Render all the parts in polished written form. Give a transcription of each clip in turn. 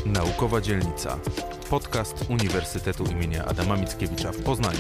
Naukowa Dzielnica. Podcast Uniwersytetu im. Adama Mickiewicza w Poznaniu.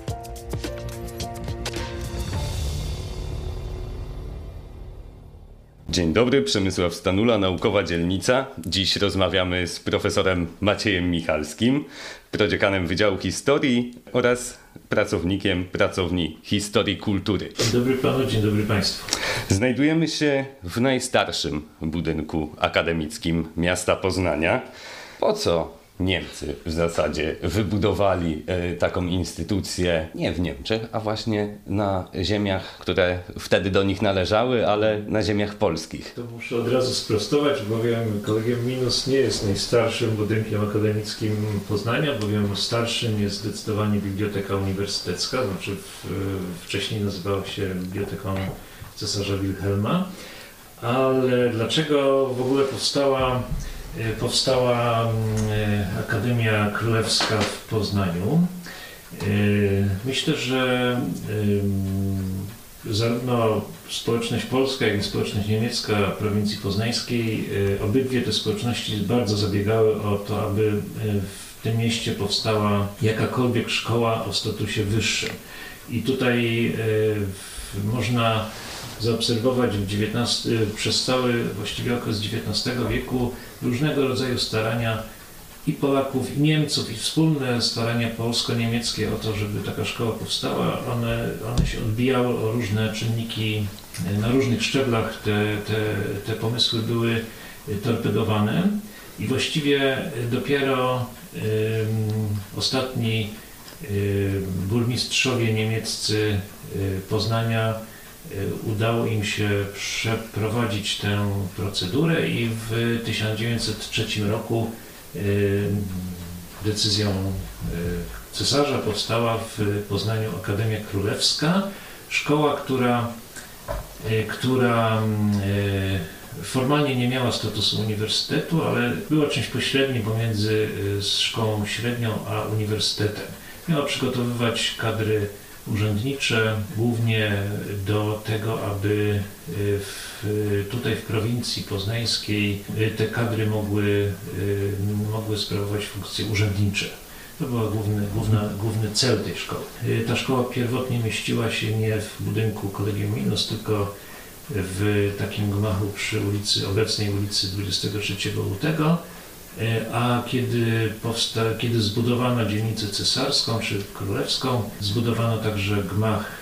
Dzień dobry, Przemysław Stanula, Naukowa Dzielnica. Dziś rozmawiamy z profesorem Maciejem Michalskim, prodziekanem Wydziału Historii oraz pracownikiem Pracowni Historii Kultury. Dzień dobry panu, dzień dobry państwu. Znajdujemy się w najstarszym budynku akademickim miasta Poznania. Po co Niemcy w zasadzie wybudowali taką instytucję nie w Niemczech, a właśnie na ziemiach, które wtedy do nich należały, ale na ziemiach polskich? To muszę od razu sprostować, bowiem Collegium Minus nie jest najstarszym budynkiem akademickim Poznania, bowiem starszym jest zdecydowanie Biblioteka Uniwersytecka, znaczy wcześniej nazywała się Biblioteką Cesarza Wilhelma. Ale dlaczego w ogóle powstała Akademia Królewska w Poznaniu? Myślę, że zarówno społeczność polska, jak i społeczność niemiecka prowincji poznańskiej, obydwie te społeczności bardzo zabiegały o to, aby w tym mieście powstała jakakolwiek szkoła o statusie wyższym. I tutaj można zaobserwować przez cały właściwie okres XIX wieku różnego rodzaju starania i Polaków, i Niemców, i wspólne starania polsko-niemieckie o to, żeby taka szkoła powstała. One się odbijały o różne czynniki, na różnych szczeblach te pomysły były torpedowane i właściwie dopiero ostatni burmistrzowie niemieccy Poznania udało im się przeprowadzić tę procedurę i w 1903 roku decyzją cesarza powstała w Poznaniu Akademia Królewska, szkoła, która formalnie nie miała statusu uniwersytetu, ale była czymś pośrednim pomiędzy szkołą średnią a uniwersytetem. Miała przygotowywać kadry urzędnicze, głównie do tego, aby tutaj w prowincji poznańskiej te kadry mogły sprawować funkcje urzędnicze. To był główny cel tej szkoły. Ta szkoła pierwotnie mieściła się nie w budynku Collegium Minus, tylko w takim gmachu przy obecnej ulicy 23 Lutego, a kiedy zbudowano dzielnicę cesarską czy królewską, zbudowano także gmach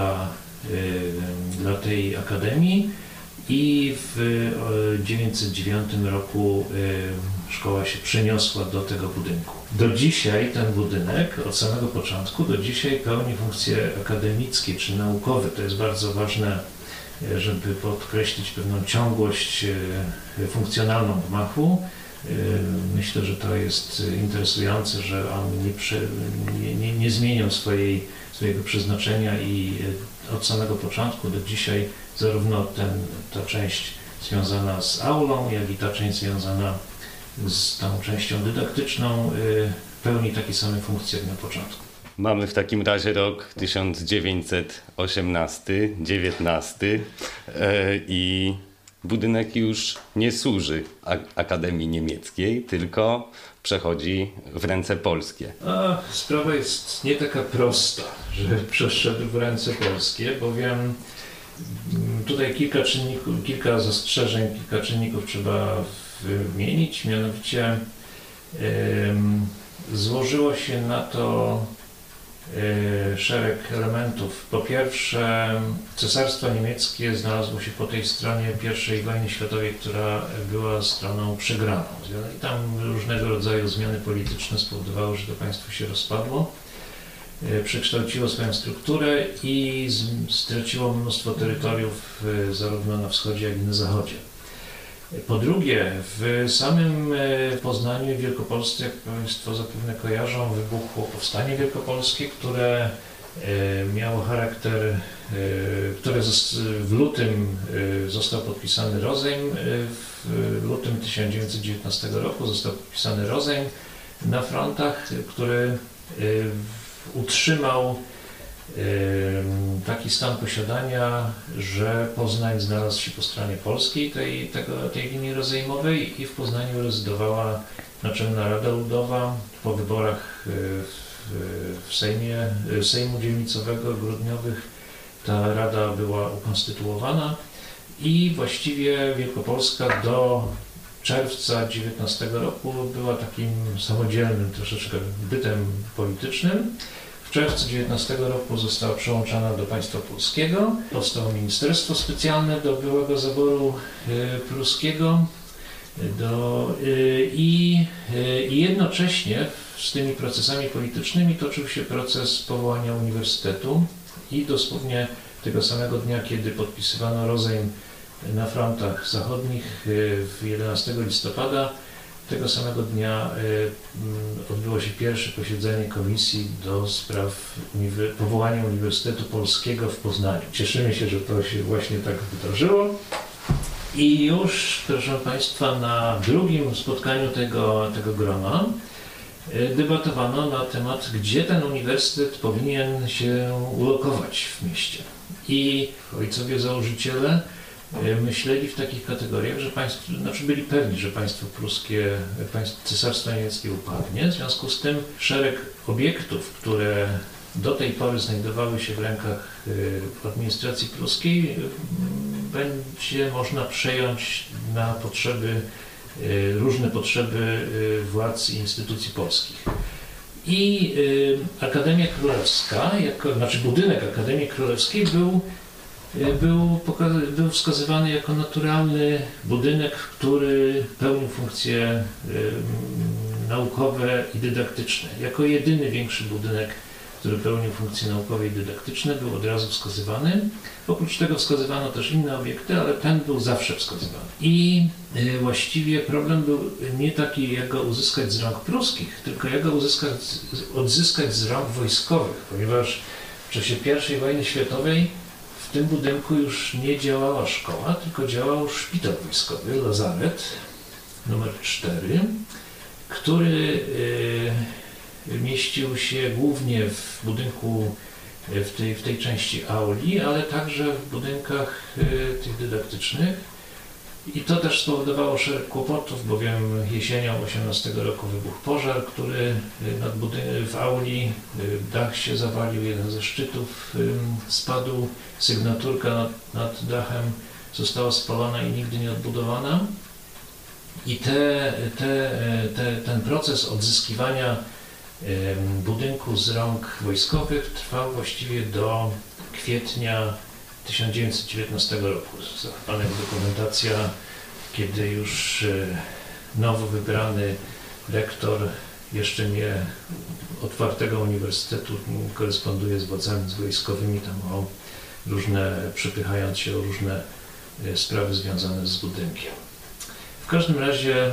dla tej akademii i w 1909 roku szkoła się przeniosła do tego budynku. Do dzisiaj ten budynek, od samego początku, do dzisiaj pełni funkcje akademickie czy naukowe. To jest bardzo ważne, żeby podkreślić pewną ciągłość funkcjonalną gmachu. Myślę, że to jest interesujące, że on nie zmieniał swojego przeznaczenia i od samego początku do dzisiaj zarówno ta część związana z aulą, jak i ta część związana z tą częścią dydaktyczną pełni takie same funkcje jak na początku. Mamy w takim razie rok 1918-19 i budynek już nie służy Akademii Niemieckiej, tylko przechodzi w ręce polskie. Sprawa jest nie taka prosta, że przeszedł w ręce polskie, bowiem tutaj kilka zastrzeżeń, kilka czynników trzeba wymienić, mianowicie złożyło się na to szereg elementów. Po pierwsze, Cesarstwo Niemieckie znalazło się po tej stronie I wojny światowej, która była stroną przegraną. I tam różnego rodzaju zmiany polityczne spowodowały, że to państwo się rozpadło, przekształciło swoją strukturę i straciło mnóstwo terytoriów zarówno na wschodzie, jak i na zachodzie. Po drugie, w samym Poznaniu i Wielkopolsce, jak Państwo zapewne kojarzą, wybuchło Powstanie Wielkopolskie, które miało charakter, w lutym został podpisany rozejm, w lutym 1919 roku został podpisany rozejm na frontach, który utrzymał taki stan posiadania, że Poznań znalazł się po stronie polskiej tej linii rozejmowej i w Poznaniu rezydowała Naczelna Rada Ludowa. Po wyborach w Sejmu Dzielnicowego grudniowych ta rada była ukonstytuowana i właściwie Wielkopolska do czerwca 19 roku była takim samodzielnym troszeczkę bytem politycznym. W czerwcu 19 roku została przyłączona do państwa polskiego. Powstało ministerstwo specjalne do byłego zaboru pruskiego i jednocześnie z tymi procesami politycznymi toczył się proces powołania uniwersytetu i dosłownie tego samego dnia, kiedy podpisywano rozejm na frontach zachodnich 11 listopada, tego samego dnia odbyło się pierwsze posiedzenie komisji do spraw powołania Uniwersytetu Polskiego w Poznaniu. Cieszymy się, że to się właśnie tak wydarzyło. I już, proszę Państwa, na drugim spotkaniu tego grona debatowano na temat, gdzie ten uniwersytet powinien się ulokować w mieście. I ojcowie założyciele myśleli w takich kategoriach, że byli pewni, że państwo pruskie, Cesarstwo Niemieckie upadnie. W związku z tym szereg obiektów, które do tej pory znajdowały się w rękach administracji pruskiej, będzie można przejąć na różne potrzeby władz i instytucji polskich. I Akademia Królewska, budynek Akademii Królewskiej był wskazywany jako naturalny budynek, który pełnił funkcje naukowe i dydaktyczne. Jako jedyny większy budynek, który pełnił funkcje naukowe i dydaktyczne, był od razu wskazywany. Oprócz tego wskazywano też inne obiekty, ale ten był zawsze wskazywany. I właściwie problem był nie taki, jak go uzyskać z rąk pruskich, tylko jak go odzyskać z rąk wojskowych, ponieważ w czasie I wojny światowej w tym budynku już nie działała szkoła, tylko działał szpital wojskowy, lazaret numer 4, który mieścił się głównie w budynku w tej części auli, ale także w budynkach tych dydaktycznych. I to też spowodowało szereg kłopotów, bowiem jesienią 18 roku wybuchł pożar, który w auli, dach się zawalił, jeden ze szczytów spadł, sygnaturka nad dachem została spalona i nigdy nie odbudowana. I ten proces odzyskiwania budynku z rąk wojskowych trwał właściwie do kwietnia 1919 roku. Zachowana dokumentacja, kiedy już nowo wybrany rektor jeszcze nie otwartego uniwersytetu koresponduje z władzami wojskowymi tam przepychając się o różne sprawy związane z budynkiem. W każdym razie,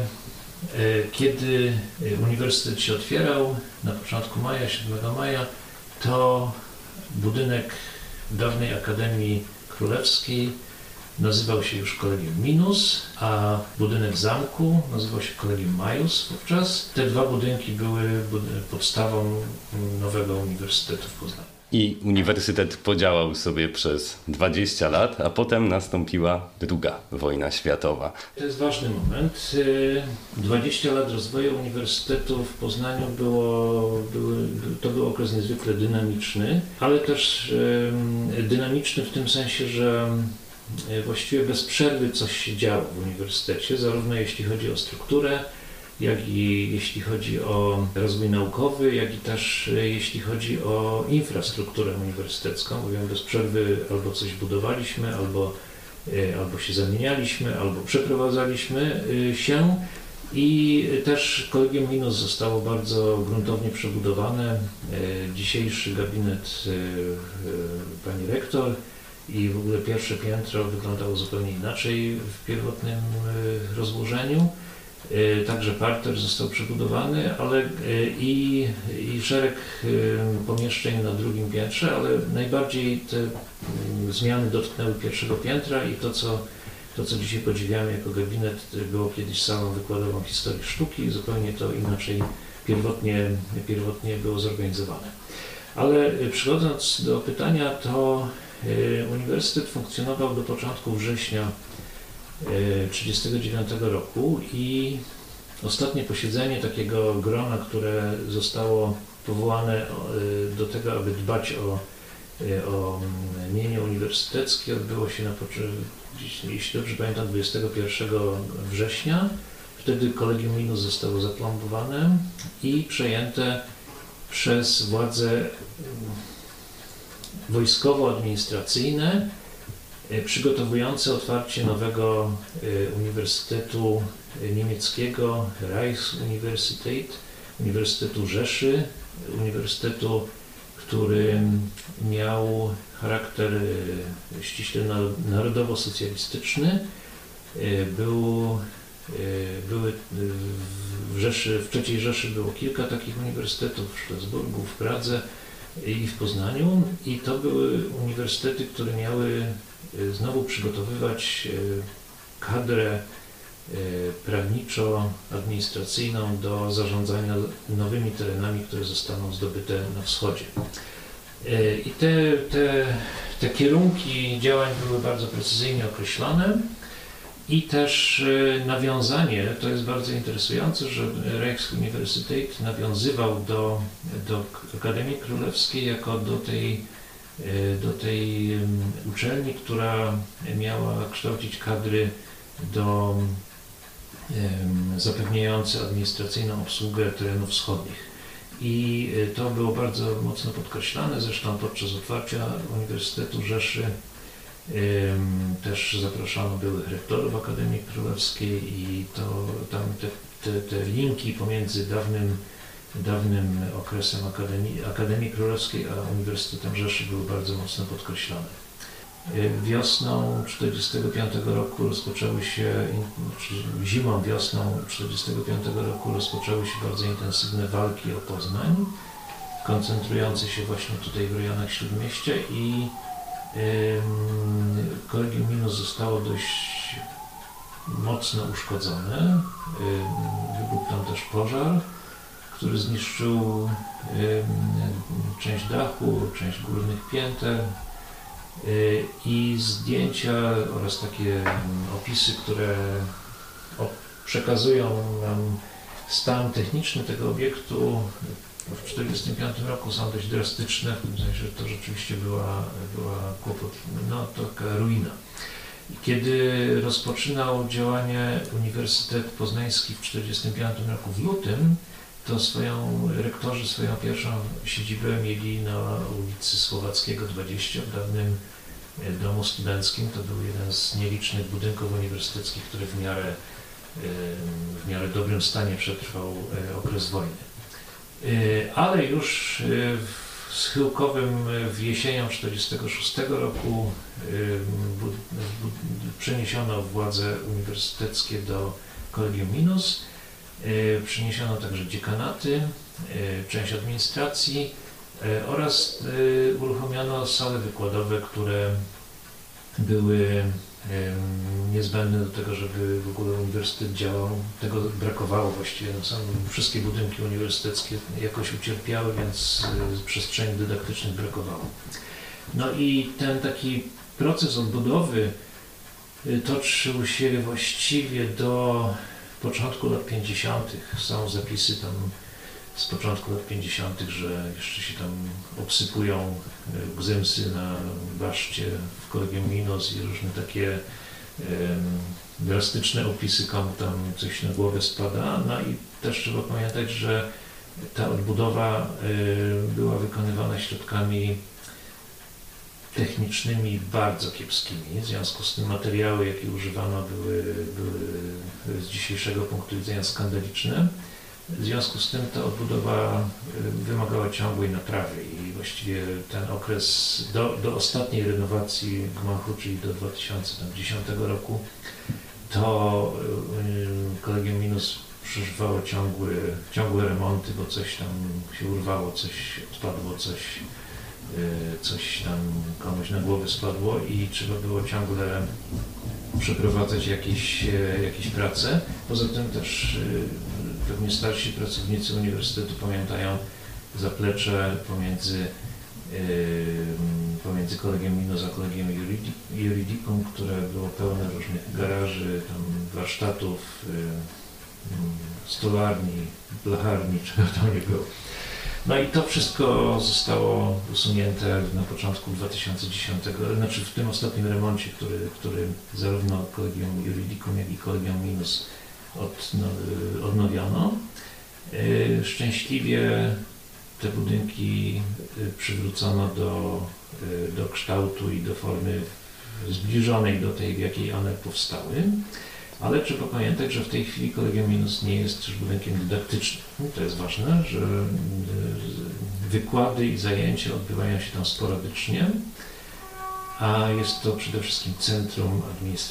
kiedy uniwersytet się otwierał na początku maja, 7 maja, to budynek dawnej Akademii Królewskiej nazywał się już Collegium Minus, a budynek zamku nazywał się Collegium Maius wówczas. Te dwa budynki były podstawą nowego uniwersytetu w Poznaniu. I uniwersytet podziałał sobie przez 20 lat, a potem nastąpiła II wojna światowa. To jest ważny moment. 20 lat rozwoju uniwersytetu w Poznaniu to był okres niezwykle dynamiczny, ale też dynamiczny w tym sensie, że właściwie bez przerwy coś się działo w uniwersytecie, zarówno jeśli chodzi o strukturę, jak i jeśli chodzi o rozwój naukowy, jak i też jeśli chodzi o infrastrukturę uniwersytecką, bowiem bez przerwy albo coś budowaliśmy, albo się zamienialiśmy, albo przeprowadzaliśmy się i też Collegium Minus zostało bardzo gruntownie przebudowane. Dzisiejszy gabinet pani rektor i w ogóle pierwsze piętro wyglądało zupełnie inaczej w pierwotnym rozłożeniu. Także parter został przebudowany, ale i szereg pomieszczeń na drugim piętrze, ale najbardziej te zmiany dotknęły pierwszego piętra i to, co dzisiaj podziwiamy jako gabinet, było kiedyś salą wykładową historii sztuki i zupełnie to inaczej pierwotnie było zorganizowane. Ale przechodząc do pytania, to uniwersytet funkcjonował do początku września 1939 roku i ostatnie posiedzenie takiego grona, które zostało powołane do tego, aby dbać o mienie uniwersyteckie, odbyło się jeśli dobrze pamiętam, 21 września. Wtedy Collegium Minus zostało zaplombowane i przejęte przez władze wojskowo-administracyjne, przygotowujące otwarcie nowego uniwersytetu niemieckiego, Reichsuniversität, Uniwersytetu Rzeszy, uniwersytetu, który miał charakter ściśle narodowo-socjalistyczny. Były w III Rzeszy było kilka takich uniwersytetów, w Strasburgu, w Pradze i w Poznaniu, i to były uniwersytety, które miały znowu przygotowywać kadrę prawniczo-administracyjną do zarządzania nowymi terenami, które zostaną zdobyte na wschodzie. I te kierunki działań były bardzo precyzyjnie określone. I też nawiązanie, to jest bardzo interesujące, że Reichsuniversität nawiązywał do Akademii Królewskiej jako do tej uczelni, która miała kształcić kadry zapewniające administracyjną obsługę terenów wschodnich. I to było bardzo mocno podkreślane, zresztą podczas otwarcia Uniwersytetu Rzeszy też zapraszano byłych rektorów Akademii Królewskiej i to tam te linki pomiędzy dawnym okresem Akademii Królewskiej a Uniwersytetem Rzeszy były bardzo mocno podkreślane. Wiosną 1945 roku zimą-wiosną 1945 roku rozpoczęły się bardzo intensywne walki o Poznań, koncentrujące się właśnie tutaj w rejonach Śródmieścia, i Collegium Minus zostało dość mocno uszkodzone. Wybuchł tam też pożar, który zniszczył część dachu, część górnych pięter, i zdjęcia oraz takie opisy, które przekazują nam stan techniczny tego obiektu w 1945 roku, są dość drastyczne, w tym sensie, że to rzeczywiście była taka ruina. Kiedy rozpoczynał działanie Uniwersytet Poznański w 1945 roku w lutym, to rektorzy swoją pierwszą siedzibę mieli na ulicy Słowackiego 20, w dawnym domu studenckim. To był jeden z nielicznych budynków uniwersyteckich, który w miarę dobrym stanie przetrwał okres wojny. Ale już schyłkowym jesienią 1946 roku przeniesiono władze uniwersyteckie do Collegium Minus. Przyniesiono także dziekanaty, część administracji oraz uruchomiono sale wykładowe, które były niezbędne do tego, żeby w ogóle uniwersytet działał. Tego brakowało właściwie. Wszystkie budynki uniwersyteckie jakoś ucierpiały, więc przestrzeni dydaktycznych brakowało. No i ten taki proces odbudowy toczył się właściwie do początku lat 50. Są zapisy tam z początku lat 50., że jeszcze się tam obsypują gzymsy na baszcie w Collegium Minus i różne takie drastyczne opisy, komu tam coś na głowę spada. No i też trzeba pamiętać, że ta odbudowa była wykonywana środkami technicznymi bardzo kiepskimi. W związku z tym materiały, jakie używano, były z dzisiejszego punktu widzenia skandaliczne. W związku z tym ta odbudowa wymagała ciągłej naprawy i właściwie ten okres do ostatniej renowacji gmachu, czyli do 2010 roku, to Collegium Minus przeżywało ciągłe remonty, bo coś tam się urwało, coś odpadło, coś tam komuś na głowę spadło i trzeba było ciągle przeprowadzać jakieś prace. Poza tym też pewnie starsi pracownicy uniwersytetu pamiętają zaplecze pomiędzy Collegium Minus a Collegium Juridicum, które było pełne różnych garaży, tam warsztatów, stolarni, blacharni, czego tam nie było. No i to wszystko zostało usunięte na początku 2010, znaczy w tym ostatnim remoncie, który zarówno Collegium Juridicum, jak i Collegium Minus odnowiono. Szczęśliwie te budynki przywrócono do kształtu i do formy zbliżonej do tej, w jakiej one powstały. Ale trzeba pamiętać, że w tej chwili Collegium Minus nie jest też budynkiem dydaktycznym. To jest ważne, że wykłady i zajęcia odbywają się tam sporadycznie, a jest to przede wszystkim centrum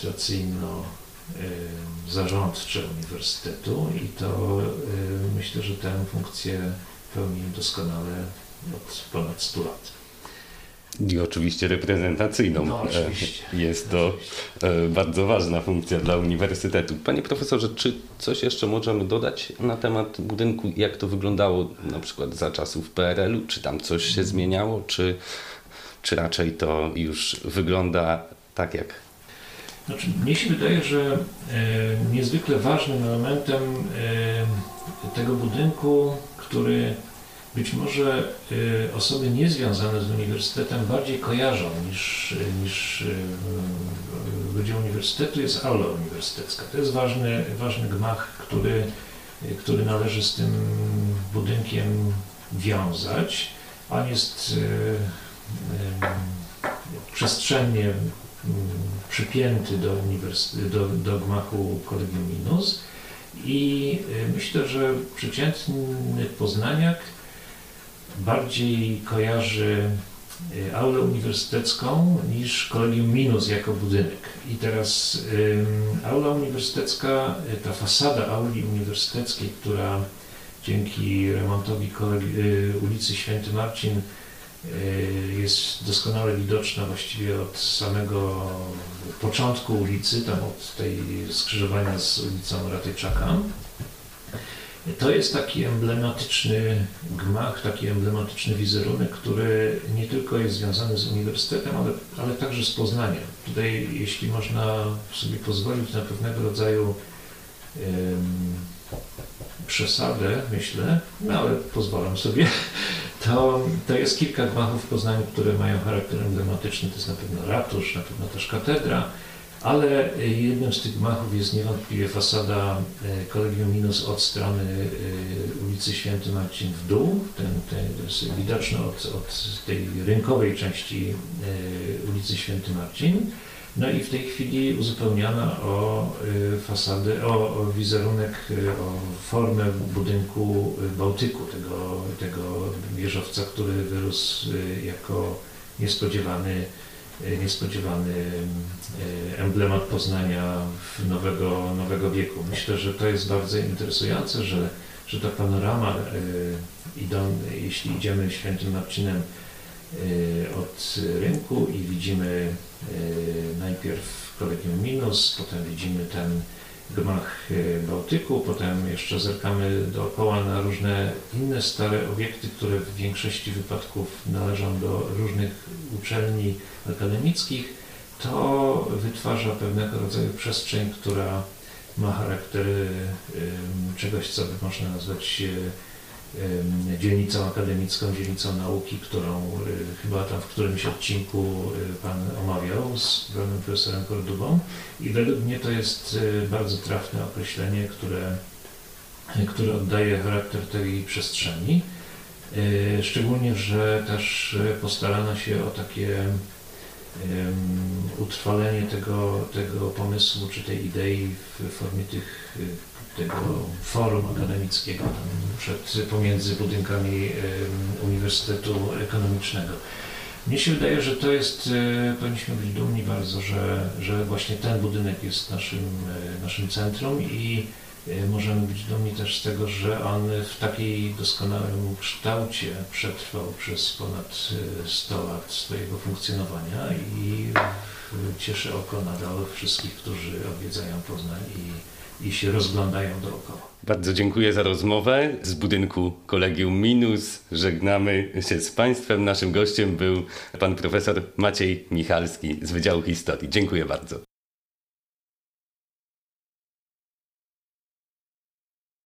administracyjno-zarządcze uniwersytetu i to myślę, że tę funkcję pełni doskonale od ponad 100 lat. I oczywiście reprezentacyjną. No, oczywiście. Jest to bardzo ważna funkcja dla uniwersytetu. Panie profesorze, czy coś jeszcze możemy dodać na temat budynku? Jak to wyglądało na przykład za czasów PRL-u? Czy tam coś się zmieniało? Czy raczej to już wygląda tak jak... Znaczy, mnie się wydaje, że niezwykle ważnym elementem tego budynku, który być może osoby niezwiązane z uniwersytetem bardziej kojarzą niż ludzie uniwersytetu, jest aula uniwersytecka. To jest ważny gmach, który należy z tym budynkiem wiązać. On jest przestrzennie przypięty do gmachu Collegium Minus i myślę, że przeciętny poznaniak bardziej kojarzy aulę uniwersytecką niż Collegium Minus jako budynek. I teraz aula uniwersytecka, ta fasada auli uniwersyteckiej, która dzięki remontowi ulicy Święty Marcin jest doskonale widoczna właściwie od samego początku ulicy, tam od tej skrzyżowania z ulicą Ratajczaka. To jest taki emblematyczny gmach, taki emblematyczny wizerunek, który nie tylko jest związany z uniwersytetem, ale także z Poznaniem. Tutaj, jeśli można sobie pozwolić na pewnego rodzaju przesadę, myślę, no ale pozwalam sobie, to jest kilka gmachów w Poznaniu, które mają charakter emblematyczny. To jest na pewno ratusz, na pewno też katedra, ale jednym z tych gmachów jest niewątpliwie fasada Collegium Minus od strony ulicy Święty Marcin w dół. To jest widoczne od tej rynkowej części ulicy Święty Marcin. No i w tej chwili uzupełniana o fasadę, o wizerunek, o formę budynku Bałtyku, tego wieżowca, który wyrósł jako niespodziewany emblemat Poznania nowego wieku. Myślę, że to jest bardzo interesujące, że ta panorama, jeśli idziemy Świętym Marcinem od rynku i widzimy najpierw Collegium Minus, potem widzimy ten gmach Bałtyku, potem jeszcze zerkamy dookoła na różne inne stare obiekty, które w większości wypadków należą do różnych uczelni akademickich, to wytwarza pewnego rodzaju przestrzeń, która ma charakter czegoś, co by można nazwać dzielnicą akademicką, dzielnicą nauki, którą chyba tam w którymś odcinku Pan omawiał z panem profesorem Kordubą i według mnie to jest bardzo trafne określenie, które oddaje charakter tej przestrzeni. Szczególnie, że też postarano się o takie utrwalenie tego pomysłu czy tej idei w formie tego forum akademickiego pomiędzy budynkami Uniwersytetu Ekonomicznego. Mnie się wydaje, że to jest, powinniśmy być dumni bardzo, że właśnie ten budynek jest naszym centrum i możemy być dumni też z tego, że on w takiej doskonałym kształcie przetrwał przez ponad 100 lat swojego funkcjonowania i cieszy oko nadal wszystkich, którzy odwiedzają Poznań i się rozglądają dookoła. Bardzo dziękuję za rozmowę. Z budynku Kolegium Minus żegnamy się z Państwem. Naszym gościem był pan profesor Maciej Michalski z Wydziału Historii. Dziękuję bardzo.